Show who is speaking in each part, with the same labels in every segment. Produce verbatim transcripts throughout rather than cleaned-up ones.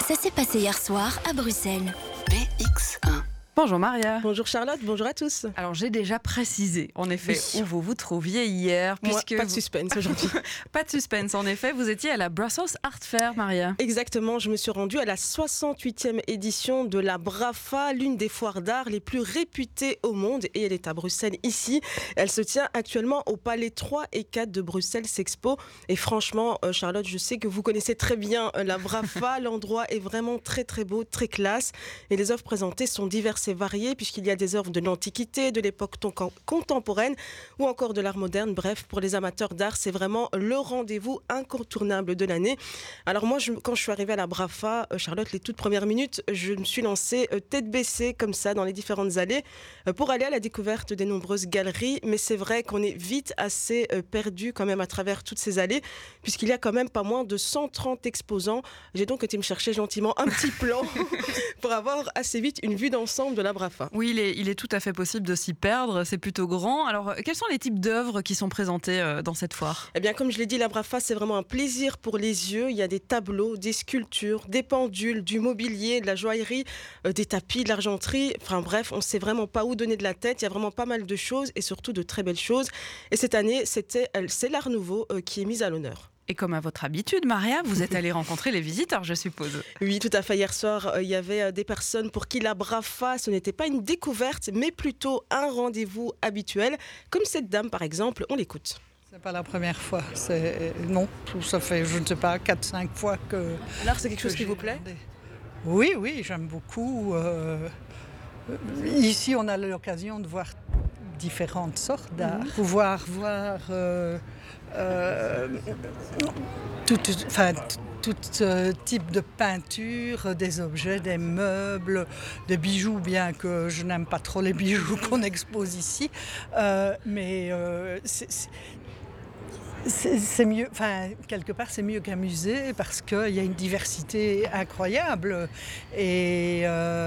Speaker 1: Ça s'est passé hier soir à Bruxelles.
Speaker 2: B X un.
Speaker 3: Bonjour Maria.
Speaker 4: Bonjour Charlotte, bonjour à tous.
Speaker 3: Alors j'ai déjà précisé en effet
Speaker 4: Oui.
Speaker 3: où vous vous trouviez hier.
Speaker 4: Moi,
Speaker 3: Puisque
Speaker 4: pas de
Speaker 3: vous-
Speaker 4: suspense aujourd'hui.
Speaker 3: Pas de suspense en effet, vous étiez à la Brussels Art Fair Maria.
Speaker 4: Exactement, je me suis rendue à la soixante-huitième édition de la BRAFA, l'une des foires d'art les plus réputées au monde, et elle est à Bruxelles ici. Elle se tient actuellement au palais trois et quatre de Bruxelles Sexpo. Et franchement, euh, Charlotte, je sais que vous connaissez très bien euh, la BRAFA. L'endroit est vraiment très très beau, très classe. Et les œuvres présentées sont diverses et variées, puisqu'il y a des œuvres de l'Antiquité, de l'époque ton- contemporaine ou encore de l'art moderne. Bref, pour les amateurs d'art, c'est vraiment le rendez-vous incontournable de l'année. Alors moi, je- quand je suis arrivée à la BRAFA, euh, Charlotte, les toutes premières minutes, je me suis lancée euh, tête baissée comme ça dans les différentes allées euh, pour aller à la découverte des nombreuses galeries. Mais c'est vrai qu'on est vite assez euh, perdu quand même à travers toutes ces allées, puisqu'il y a quand même pas moins de cent trente exposants. J'ai donc été me chercher gentiment un petit plan pour avoir assez vite une vue d'ensemble de la BRAFA.
Speaker 3: Oui, il est, il est tout à fait possible de s'y perdre, c'est plutôt grand. Alors quels sont les types d'œuvres qui sont présentées euh, dans cette foire ?
Speaker 4: Eh bien, comme je l'ai dit, la BRAFA, c'est vraiment un plaisir pour les yeux. Il y a des tableaux, des sculptures, des pendules, du mobilier, de la joaillerie, euh, des tapis, de l'argenterie. Enfin bref, on ne sait vraiment pas où donner de la tête. Il y a vraiment pas mal de choses et surtout de très belles choses. Et cette année, c'était, euh, c'est l'art nouveau euh, qui est mis à l'honneur.
Speaker 3: Et comme à votre habitude, Maria, vous êtes allée rencontrer les visiteurs, je suppose.
Speaker 4: Oui, tout à fait. Hier soir, euh, il y avait euh, des personnes pour qui la BRAFA, ce n'était pas une découverte, mais plutôt un rendez-vous habituel. Comme cette dame, par exemple, on l'écoute.
Speaker 5: C'est pas la première fois. C'est... Non, ça fait, je ne sais pas, quatre cinq fois que...
Speaker 4: L'art, c'est quelque chose
Speaker 5: que
Speaker 4: qui
Speaker 5: j'ai
Speaker 4: vous plaît ?
Speaker 5: demandé. Oui, oui, j'aime beaucoup. euh, Ici, on a l'occasion de voir différentes sortes d'art.
Speaker 4: Mhm.
Speaker 5: Pouvoir voir euh, euh, tout, enfin, tout euh, type de peinture, des objets, des meubles, des bijoux, bien que je n'aime pas trop les bijoux qu'on expose ici. Euh, mais euh, c'est, c'est, c'est, c'est mieux, enfin, quelque part, c'est mieux qu'un musée parce qu'il y a une diversité incroyable. Et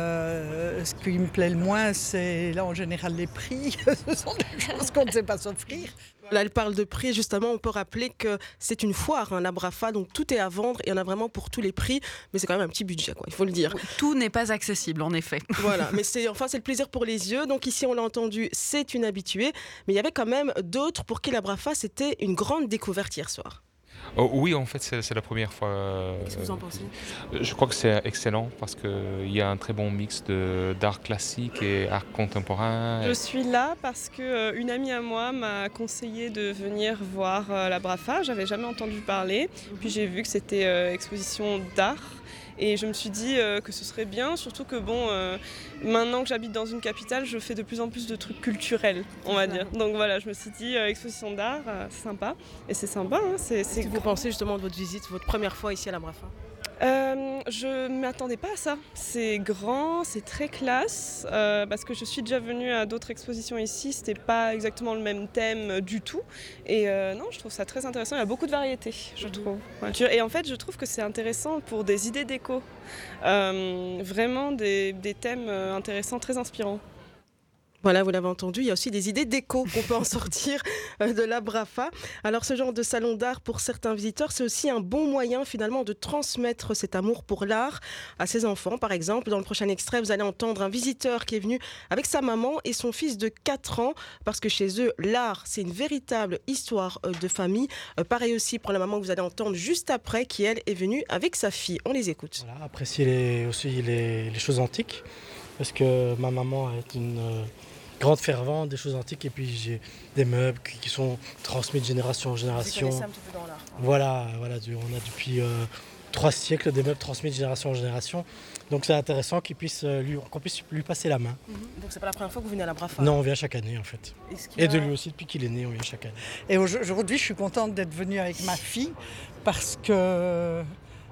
Speaker 5: euh, ce qui me plaît le moins, c'est là en général les prix. Ce sont des choses qu'on ne sait pas s'offrir.
Speaker 4: Là, elle parle de prix, justement, on peut rappeler que c'est une foire, hein, la BRAFA, donc tout est à vendre et il y en a vraiment pour tous les prix, mais c'est quand même un petit budget, quoi, il faut le dire.
Speaker 3: Tout n'est pas accessible, en effet.
Speaker 4: Voilà, mais c'est, enfin, c'est le plaisir pour les yeux, donc ici, on l'a entendu, c'est une habituée, mais il y avait quand même d'autres pour qui la BRAFA, c'était une grande découverte hier soir.
Speaker 6: Oh, oui, en fait, c'est, c'est la première fois. euh,
Speaker 4: Qu'est-ce que vous en pensez ?
Speaker 6: Je crois que c'est excellent parce qu'il y a un très bon mix de, d'art classique et art contemporain.
Speaker 7: Je suis là parce qu'une amie à moi m'a conseillé de venir voir euh, la BRAFA. J'avais jamais entendu parler. Puis j'ai vu que c'était euh, exposition d'art. Et je me suis dit euh, que ce serait bien, surtout que bon, euh, maintenant que j'habite dans une capitale, je fais de plus en plus de trucs culturels, on va dire. Donc voilà, je me suis dit, euh, exposition d'art, euh, c'est sympa. Et c'est sympa, hein, c'est, c'est
Speaker 4: Qu'est-ce que vous pensez justement de votre visite, votre première fois ici à la BRAFA ?
Speaker 7: Euh, je ne m'attendais pas à ça. C'est grand, c'est très classe, euh, parce que je suis déjà venue à d'autres expositions ici, c'était pas exactement le même thème du tout. Et euh, non, je trouve ça très intéressant, il y a beaucoup de variétés, je trouve. Ouais. Et en fait, je trouve que c'est intéressant pour des idées déco. Euh, vraiment des, des thèmes intéressants, très inspirants.
Speaker 4: Voilà, vous l'avez entendu, il y a aussi des idées déco qu'on peut en sortir euh, de la BRAFA. Alors ce genre de salon d'art pour certains visiteurs, c'est aussi un bon moyen finalement de transmettre cet amour pour l'art à ses enfants. Par exemple, dans le prochain extrait, vous allez entendre un visiteur qui est venu avec sa maman et son fils de quatre ans, parce que chez eux, l'art, c'est une véritable histoire euh, de famille. Euh, pareil aussi pour la maman que vous allez entendre juste après, qui elle est venue avec sa fille. On les écoute.
Speaker 8: Voilà, apprécier les, aussi les, les choses antiques, parce que ma maman est une... Euh, grande fervente des choses antiques, et puis j'ai des meubles qui, qui sont transmis de génération en génération.
Speaker 4: Vous connaissez un petit peu dans l'art.
Speaker 8: Voilà, voilà, on a depuis euh, trois siècles des meubles transmis de génération en génération. Donc c'est intéressant qu'il puisse, euh, lui, qu'on puisse lui passer la main.
Speaker 4: Mm-hmm. Donc c'est pas la première fois que vous venez à la BRAFA ?
Speaker 8: Non, on vient chaque année en fait. Et de lui aussi, depuis qu'il est né, on vient chaque année.
Speaker 5: Et aujourd'hui, je suis contente d'être venue avec ma fille parce que...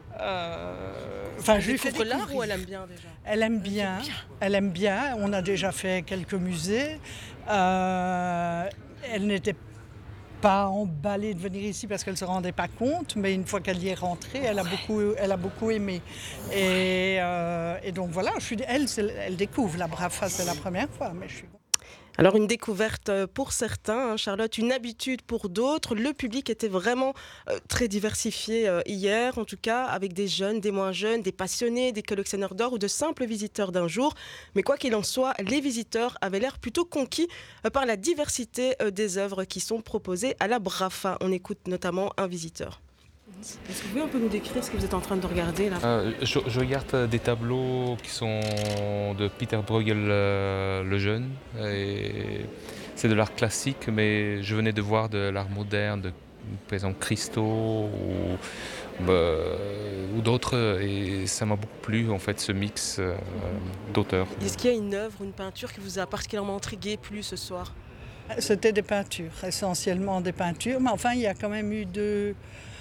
Speaker 5: Euh,
Speaker 4: enfin, je lui fais l'art ou elle aime bien déjà ?
Speaker 5: Elle aime bien, elle aime bien. On a déjà fait quelques musées. Euh, elle n'était pas emballée de venir ici parce qu'elle ne se rendait pas compte, mais une fois qu'elle y est rentrée, elle a beaucoup, elle a beaucoup aimé. Et, euh, et donc voilà, je suis, elle, elle découvre la BRAFA, c'est la première fois, mais je suis...
Speaker 4: Alors une découverte pour certains, hein, Charlotte, une habitude pour d'autres. Le public était vraiment euh, très diversifié euh, hier, en tout cas, avec des jeunes, des moins jeunes, des passionnés, des collectionneurs d'or ou de simples visiteurs d'un jour. Mais quoi qu'il en soit, les visiteurs avaient l'air plutôt conquis euh, par la diversité euh, des œuvres qui sont proposées à la Brafa. On écoute notamment un visiteur. Est-ce que vous pouvez un peu nous décrire ce que vous êtes en train de regarder là ?
Speaker 6: Euh, je, je regarde des tableaux qui sont de Peter Bruegel euh, le jeune. Et c'est de l'art classique, mais je venais de voir de l'art moderne, de, par exemple Christo ou, bah, ou d'autres, et ça m'a beaucoup plu en fait ce mix euh, d'auteurs.
Speaker 4: Est-ce qu'il y a une œuvre, une peinture qui vous a particulièrement intrigué, plu ce soir ?
Speaker 5: C'était des peintures, essentiellement des peintures, mais enfin il y a quand même eu deux...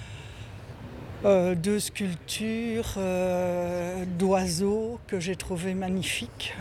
Speaker 5: Euh, deux sculptures euh, d'oiseaux que j'ai trouvées magnifiques.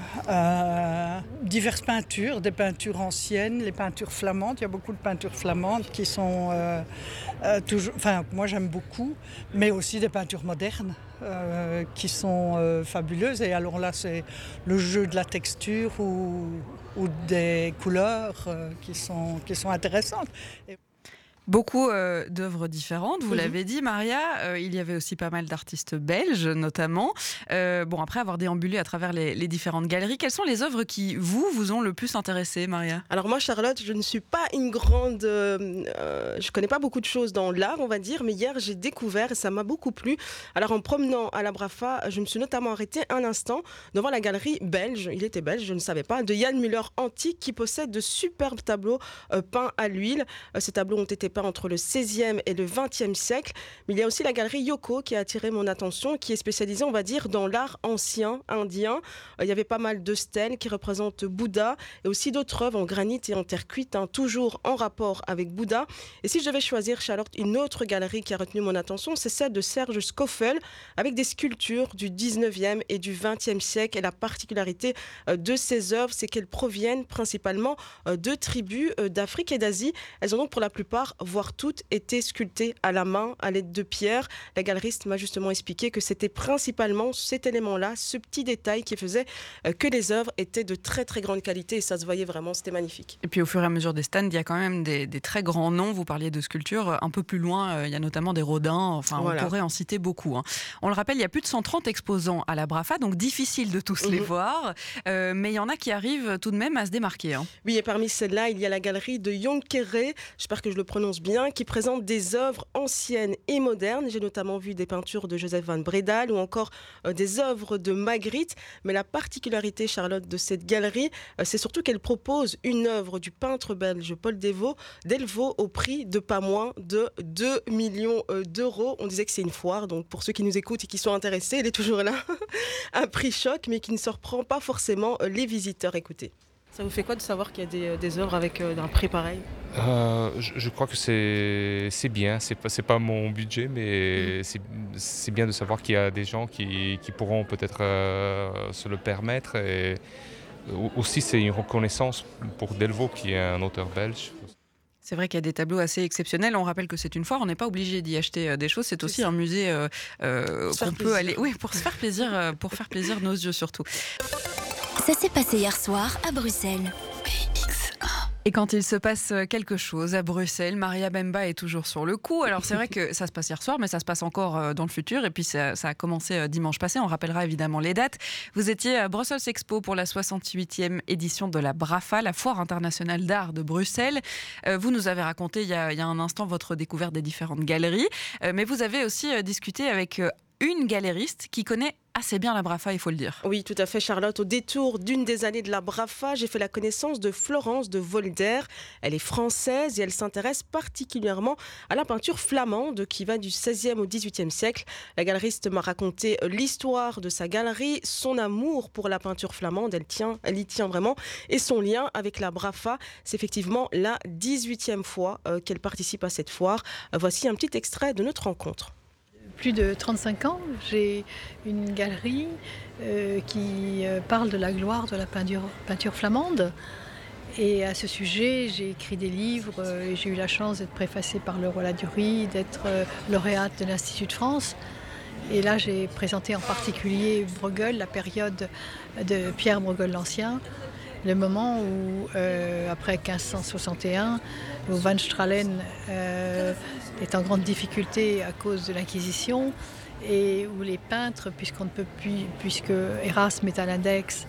Speaker 5: Euh, diverses peintures, des peintures anciennes, les peintures flamandes. Il y a beaucoup de peintures flamandes qui sont euh, euh, toujours... Enfin, moi j'aime beaucoup, mais aussi des peintures modernes euh, qui sont euh, fabuleuses. Et alors là, c'est le jeu de la texture ou, ou des couleurs euh, qui sont, qui sont intéressantes. Et...
Speaker 3: Beaucoup euh, d'œuvres différentes, vous
Speaker 4: mmh.
Speaker 3: l'avez dit Maria, euh, il y avait aussi pas mal d'artistes belges notamment. Euh, bon, après avoir déambulé à travers les, les différentes galeries, quelles sont les œuvres qui, vous, vous ont le plus intéressé, Maria ?
Speaker 4: Alors moi, Charlotte, je ne suis pas une grande... Euh, euh, je connais pas beaucoup de choses dans l'art, on va dire, mais hier, j'ai découvert et ça m'a beaucoup plu. Alors en promenant à la Brafa, je me suis notamment arrêtée un instant devant la galerie belge, il était belge, je ne savais pas, de Jan Müller Antique qui possède de superbes tableaux euh, peints à l'huile. Euh, ces tableaux ont été peints entre le seizième et le vingtième siècle. Mais il y a aussi la galerie Yoko qui a attiré mon attention, qui est spécialisée, on va dire, dans l'art ancien indien. Euh, il y avait pas mal de stèles qui représentent Bouddha et aussi d'autres œuvres en granit et en terre cuite, hein, toujours en rapport avec Bouddha. Et si je devais choisir, Charlotte, une autre galerie qui a retenu mon attention, c'est celle de Serge Schoffel, avec des sculptures du dix-neuvième et du vingtième siècle. Et la particularité euh, de ces œuvres, c'est qu'elles proviennent principalement euh, de tribus euh, d'Afrique et d'Asie. Elles ont donc pour la plupart, voire toutes, été sculptées à la main, à l'aide de pierres. La galeriste m'a justement expliqué que c'était principalement cet élément-là, ce petit détail qui faisait euh, que les œuvres étaient de très très grande qualité et ça se voyait vraiment, c'était magnifique.
Speaker 3: Et puis au fur et à mesure des stands, il y a quand même des, des très grands noms. Vous parliez de sculptures, un peu plus loin, euh, il y a notamment des Rodin, enfin voilà. On pourrait en citer beaucoup. Hein. On le rappelle, il y a plus de cent trente exposants à la Brafa, donc difficile de tous mmh. les voir, euh, mais il y en a qui arrivent tout de même à se démarquer. Hein.
Speaker 4: Oui, et parmi celles-là, il y a la galerie de Jonqueré, j'espère que je le prononce bien, qui présente des œuvres anciennes et modernes. J'ai notamment vu des peintures de Joseph van Bredal ou encore euh, des œuvres de Magritte. Mais la particularité, Charlotte, de cette galerie, euh, c'est surtout qu'elle propose une œuvre du peintre belge Paul Delvaux, Delvaux au prix de pas moins de deux millions euh, d'euros. On disait que c'est une foire, donc pour ceux qui nous écoutent et qui sont intéressés, elle est toujours là. Un prix choc, mais qui ne surprend pas forcément euh, les visiteurs. Écoutez. Ça vous fait quoi de savoir qu'il y a des, des œuvres avec euh, un prix pareil ?
Speaker 6: euh, je, je crois que c'est, c'est bien, c'est pas, c'est pas mon budget, mais mmh. c'est, c'est bien de savoir qu'il y a des gens qui, qui pourront peut-être euh, se le permettre. Et aussi, c'est une reconnaissance pour Delvaux, qui est un auteur belge.
Speaker 3: C'est vrai qu'il y a des tableaux assez exceptionnels. On rappelle que c'est une foire, on n'est pas obligé d'y acheter des choses. C'est aussi un musée euh, euh, qu'on peut aller, oui, pour se faire plaisir, pour faire plaisir nos yeux surtout.
Speaker 1: Ça s'est passé hier soir à Bruxelles.
Speaker 3: Et quand il se passe quelque chose à Bruxelles, Maria Bemba est toujours sur le coup. Alors c'est vrai que ça se passe hier soir, mais ça se passe encore dans le futur. Et puis ça, ça a commencé dimanche passé. On rappellera évidemment les dates. Vous étiez à Brussels Expo pour la soixante-huitième édition de la Brafa, la foire internationale d'art de Bruxelles. Vous nous avez raconté il y a, il y a un instant votre découverte des différentes galeries. Mais vous avez aussi discuté avec une galériste qui connaît assez bien la Brafa, il faut le dire.
Speaker 4: Oui, tout à fait, Charlotte. Au détour d'une des allées de la Brafa, j'ai fait la connaissance de Florence de Volder. Elle est française et elle s'intéresse particulièrement à la peinture flamande qui va du seizième au dix-huitième siècle. La galeriste m'a raconté l'histoire de sa galerie, son amour pour la peinture flamande, elle, tient, elle y tient vraiment, et son lien avec la Brafa. C'est effectivement la dix-huitième fois euh, qu'elle participe à cette foire. Euh, voici un petit extrait de notre rencontre.
Speaker 2: Plus de trente-cinq ans, j'ai une galerie euh, qui euh, parle de la gloire de la peinture, peinture flamande. Et à ce sujet, j'ai écrit des livres euh, et j'ai eu la chance d'être préfacée par le Roi Ladurie, d'être euh, lauréate de l'Institut de France. Et là, j'ai présenté en particulier Bruegel, la période de Pierre Bruegel l'Ancien. le moment où, euh, après quinze cent soixante et un, où Van Strahlen euh, est en grande difficulté à cause de l'Inquisition, et où les peintres, puisqu'on ne peut plus, puisque Erasme est à l'index,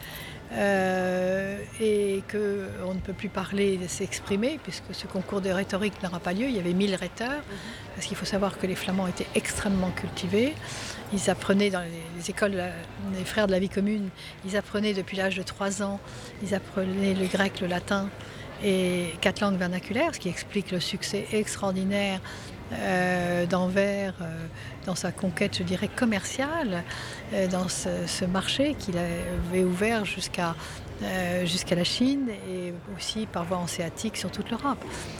Speaker 2: Euh, et qu'on ne peut plus parler et s'exprimer, puisque ce concours de rhétorique n'aura pas lieu. Il y avait mille rhéteurs, parce qu'il faut savoir que les Flamands étaient extrêmement cultivés. Ils apprenaient dans les, les écoles, les frères de la vie commune, ils apprenaient depuis l'âge de trois ans, ils apprenaient le grec, le latin et quatre langues vernaculaires, ce qui explique le succès extraordinaire Euh, d'Anvers euh, dans sa conquête, je dirais, commerciale, euh, dans ce, ce marché qu'il avait ouvert jusqu'à euh, jusqu'à la Chine et aussi par voie hanséatique sur toute l'Europe.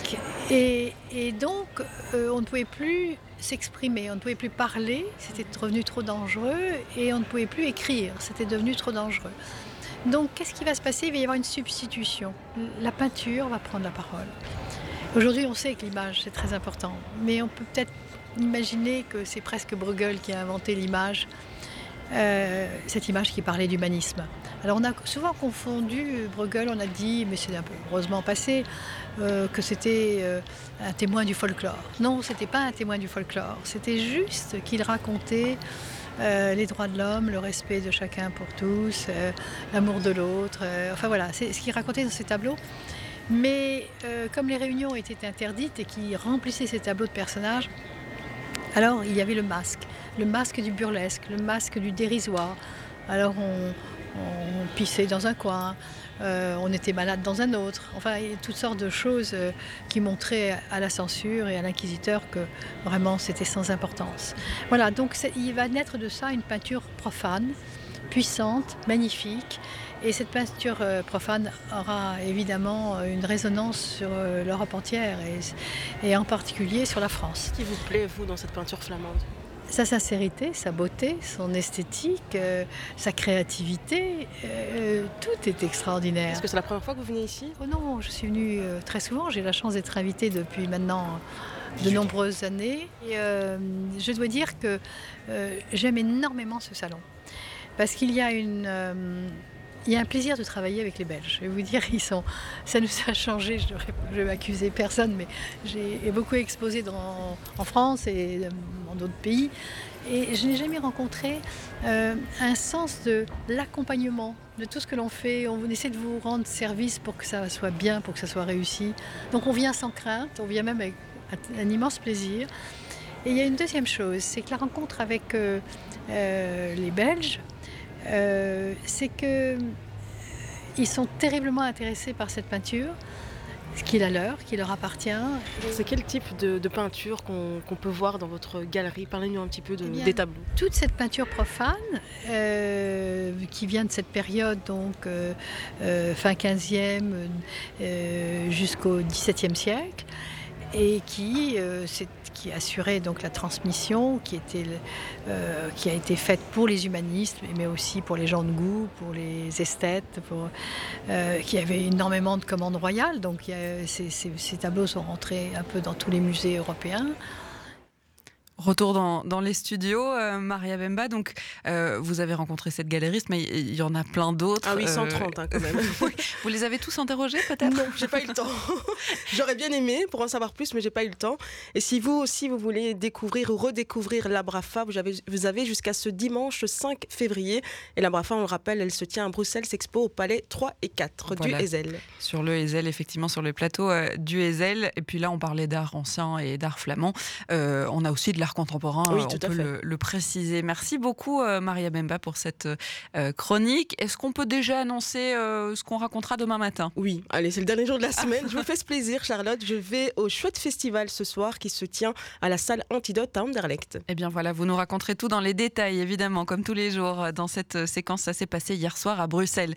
Speaker 2: Et, et donc, euh, on ne pouvait plus s'exprimer, on ne pouvait plus parler, c'était devenu trop dangereux, et on ne pouvait plus écrire, c'était devenu trop dangereux. Donc, qu'est-ce qui va se passer? Il va y avoir une substitution. La peinture va prendre la parole. Aujourd'hui, on sait que l'image, c'est très important, mais on peut peut-être imaginer que c'est presque Bruegel qui a inventé l'image, euh, cette image qui parlait d'humanisme. Alors on a souvent confondu Bruegel, on a dit, mais c'est un peu heureusement passé, euh, que c'était euh, un témoin du folklore. Non, c'était pas un témoin du folklore, c'était juste qu'il racontait euh, les droits de l'homme, le respect de chacun pour tous, euh, l'amour de l'autre, euh, enfin voilà, c'est ce qu'il racontait dans ses tableaux. Mais euh, comme les réunions étaient interdites et qui remplissaient ces tableaux de personnages, alors il y avait le masque, le masque du burlesque, le masque du dérisoire. Alors on, on pissait dans un coin, euh, on était malade dans un autre. Enfin, il y a toutes sortes de choses euh, qui montraient à la censure et à l'inquisiteur que vraiment c'était sans importance. Voilà, donc il va naître de ça une peinture profane, puissante, magnifique. Et cette peinture euh, profane aura évidemment une résonance sur euh, l'Europe entière et, et en particulier sur la France.
Speaker 4: Qu'est-ce qui vous plaît, vous, dans cette peinture flamande?
Speaker 2: Sa sincérité, sa beauté, son esthétique, euh, sa créativité, euh, tout est extraordinaire.
Speaker 4: Est-ce que c'est la première fois que vous venez ici?
Speaker 2: Oh non, je suis venue euh, très souvent. J'ai la chance d'être invitée depuis maintenant de nombreuses années. Et, euh, je dois dire que euh, j'aime énormément ce salon. Parce qu'il y a une... Euh, Il y a un plaisir de travailler avec les Belges. Je vais vous dire, ils sont, ça nous a changé. Je ne vais m'accuser personne, mais j'ai beaucoup exposé dans, en France et dans d'autres pays. Et je n'ai jamais rencontré euh, un sens de l'accompagnement, de tout ce que l'on fait. On essaie de vous rendre service pour que ça soit bien, pour que ça soit réussi. Donc on vient sans crainte, on vient même avec un immense plaisir. Et il y a une deuxième chose, c'est que la rencontre avec euh, euh, les Belges, Euh, c'est qu'ils sont terriblement intéressés par cette peinture, ce qui est la leur, qui leur appartient.
Speaker 4: C'est quel type de, de peinture qu'on qu'on peut voir dans votre galerie? Parlez-nous un petit peu de, eh bien, des tableaux.
Speaker 2: Toute cette peinture profane, euh, qui vient de cette période, donc euh, euh, fin quinzième euh, jusqu'au dix-septième siècle, et qui, euh, qui assurait donc la transmission, qui, était, euh, qui a été faite pour les humanistes, mais aussi pour les gens de goût, pour les esthètes, pour, euh, qui avait énormément de commandes royales. Donc il y a, ces, ces, ces tableaux sont rentrés un peu dans tous les musées européens.
Speaker 3: Retour dans, dans les studios, euh, Maria Bemba. Donc, euh, vous avez rencontré cette galeriste, mais il y en a plein d'autres.
Speaker 4: Ah oui, cent trente euh... hein, quand même.
Speaker 3: Vous les avez tous interrogés peut-être?
Speaker 4: Non, j'ai pas eu le temps. J'aurais bien aimé pour en savoir plus, mais j'ai pas eu le temps. Et si vous aussi vous voulez découvrir ou redécouvrir la Brafa, vous avez, vous avez jusqu'à ce dimanche cinq février. Et la Brafa, on le rappelle, elle se tient à Bruxelles, s'expo au palais trois et quatre voilà, du Heysel.
Speaker 3: Sur le Heysel, effectivement, sur le plateau euh, du Heysel. Et puis là, on parlait d'art ancien et d'art flamand. Euh, on a aussi de l'art contemporain, oui, on peut le, le préciser. Merci beaucoup euh, Maria Bemba pour cette euh, chronique. Est-ce qu'on peut déjà annoncer euh, ce qu'on racontera demain matin?
Speaker 4: Oui, allez, c'est le dernier jour de la semaine. Je vous fais ce plaisir, Charlotte. Je vais au Chouette Festival ce soir qui se tient à la salle Antidote à Anderlecht.
Speaker 3: Eh bien voilà, vous nous raconterez tout dans les détails, évidemment, comme tous les jours dans cette séquence. Ça s'est passé hier soir à Bruxelles.